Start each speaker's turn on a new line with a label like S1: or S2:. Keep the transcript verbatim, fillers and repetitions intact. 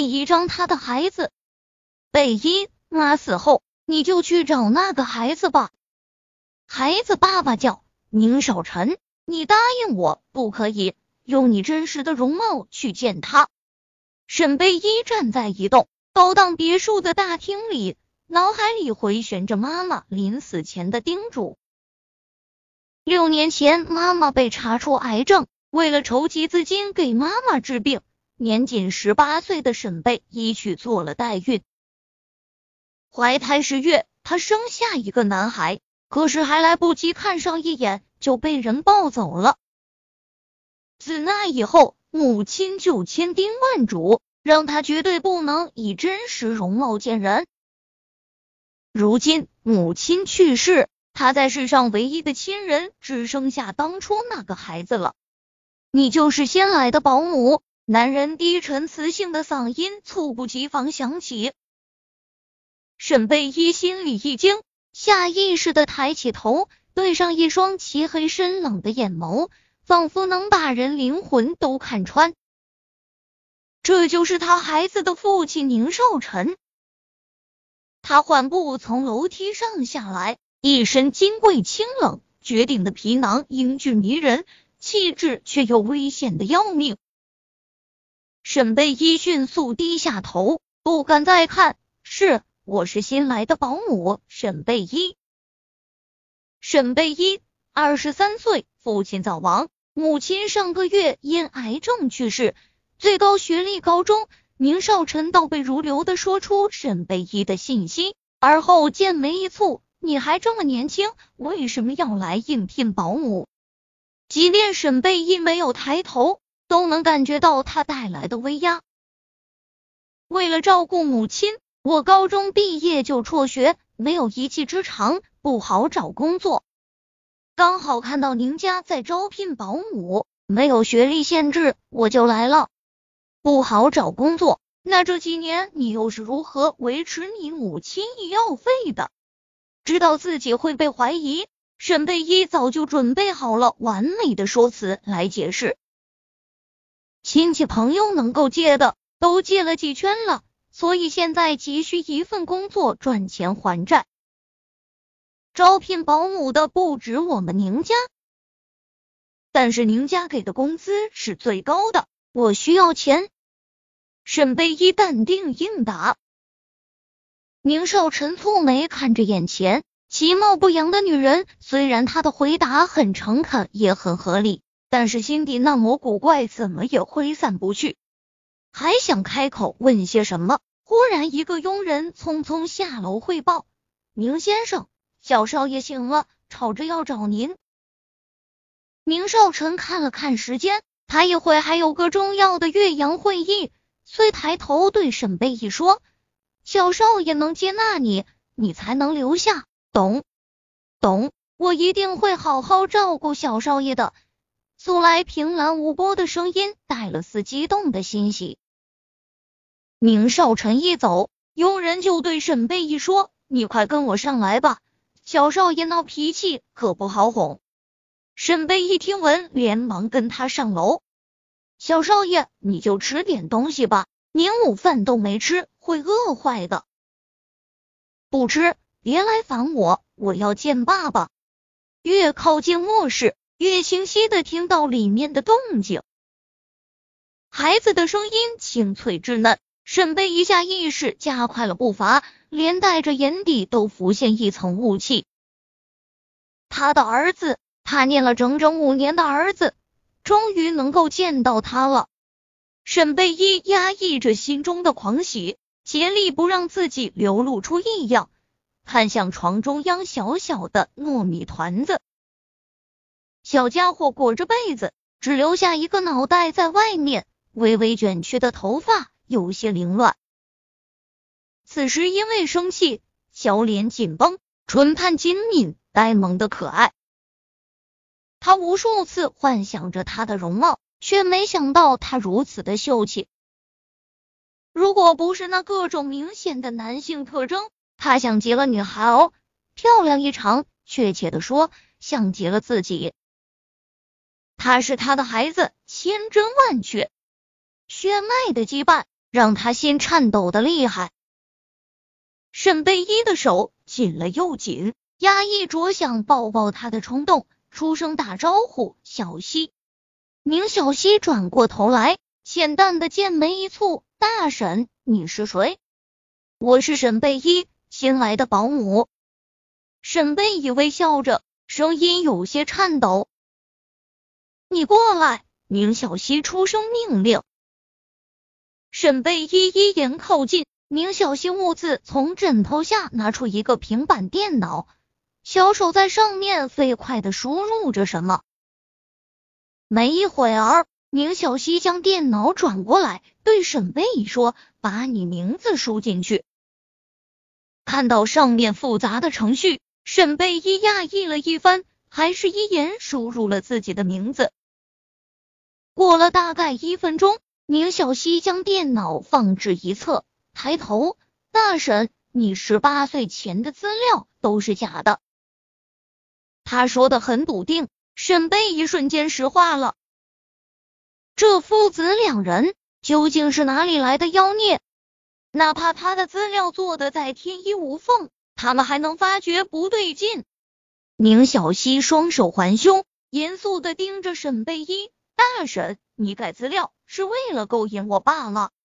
S1: 你依仗他的孩子。贝依，妈死后你就去找那个孩子吧。孩子爸爸叫宁少臣，你答应我，不可以用你真实的容貌去见他。沈贝依站在一栋高档别墅的大厅里，脑海里回旋着妈妈临死前的叮嘱。六年前妈妈被查出癌症，为了筹集资金给妈妈治病，年仅十八岁的沈贝依去做了代孕。怀胎十月，她生下一个男孩，可是还来不及看上一眼就被人抱走了。自那以后，母亲就千叮万嘱，让她绝对不能以真实容貌见人。如今母亲去世，她在世上唯一的亲人只剩下当初那个孩子了。你就是新来的保姆。男人低沉磁性的嗓音猝不及防响起。沈贝依心里一惊，下意识地抬起头，对上一双漆黑深冷的眼眸，仿佛能把人灵魂都看穿。这就是他孩子的父亲宁少臣。他缓步从楼梯上下来，一身金贵清冷，绝顶的皮囊英俊迷人，气质却又危险的要命。沈贝依迅速低下头，不敢再看。是，我是新来的保姆，沈贝依。沈贝依，二十三岁，父亲早亡，母亲上个月因癌症去世，最高学历高中。宁少臣倒背如流地说出沈贝依的信息，而后剑眉一蹙，你还这么年轻，为什么要来应聘保姆？即便沈贝依没有抬头，都能感觉到他带来的威压。为了照顾母亲，我高中毕业就辍学，没有一技之长，不好找工作。刚好看到您家在招聘保姆，没有学历限制，我就来了。不好找工作，那这几年你又是如何维持你母亲医药费的？知道自己会被怀疑，沈贝依早就准备好了完美的说辞来解释。亲戚朋友能够借的都借了几圈了，所以现在急需一份工作赚钱还债。招聘保姆的不止我们宁家，但是宁家给的工资是最高的，我需要钱。沈贝依淡定应答。宁少臣蹙眉看着眼前其貌不扬的女人，虽然她的回答很诚恳也很合理，但是心底那抹古怪怎么也挥散不去。还想开口问些什么，忽然一个佣人匆匆下楼汇报，宁先生，小少爷醒了，吵着要找您。宁少臣看了看时间，他一会还有个重要的岳阳会议，遂抬头对沈贝依说，小少爷能接纳你，你才能留下，懂？懂，我一定会好好照顾小少爷的。素来平兰无波的声音带了丝激动的欣喜。宁少臣一走，佣人就对沈贝依说，你快跟我上来吧，小少爷闹脾气可不好哄。沈贝依听闻连忙跟他上楼。小少爷，你就吃点东西吧，您午饭都没吃，会饿坏的。不吃，别来烦我，我要见爸爸。越靠近卧室，越清晰地听到里面的动静。孩子的声音清脆稚嫩，沈贝一下意识加快了步伐，连带着眼底都浮现一层雾气。他的儿子，他念了整整五年的儿子，终于能够见到他了。沈贝依压抑着心中的狂喜，竭力不让自己流露出异样，看向床中央小小的糯米团子。小家伙裹着被子，只留下一个脑袋在外面，微微卷曲的头发有些凌乱。此时因为生气，小脸紧绷，唇畔紧抿，呆萌的可爱。他无数次幻想着他的容貌，却没想到他如此的秀气。如果不是那各种明显的男性特征，他像极了女孩哦，漂亮异常，确切的说，像极了自己。他是他的孩子，千真万确。血脉的羁绊让他心颤抖的厉害。沈贝依的手紧了又紧，压抑着想抱抱他的冲动，出声打招呼：“小溪。”宁小溪转过头来，浅淡的剑眉一蹙：“大婶，你是谁？”“我是沈贝依，新来的保姆。”沈贝依微笑着，声音有些颤抖。“你过来！”宁小溪出声命令。沈贝依一言靠近，宁小溪兀自从枕头下拿出一个平板电脑，小手在上面飞快地输入着什么。没一会儿，宁小溪将电脑转过来，对沈贝依说：“把你名字输进去。”看到上面复杂的程序，沈贝依讶异了一番，还是一言输入了自己的名字。过了大概一分钟，宁小溪将电脑放置一侧，抬头：“大婶，你十八岁前的资料都是假的。”他说的很笃定，沈贝依瞬间石化了。这父子两人究竟是哪里来的妖孽？哪怕他的资料做得再天衣无缝，他们还能发觉不对劲。宁小溪双手环胸，严肃地盯着沈贝依：“大婶，你改资料是为了勾引我罢了。”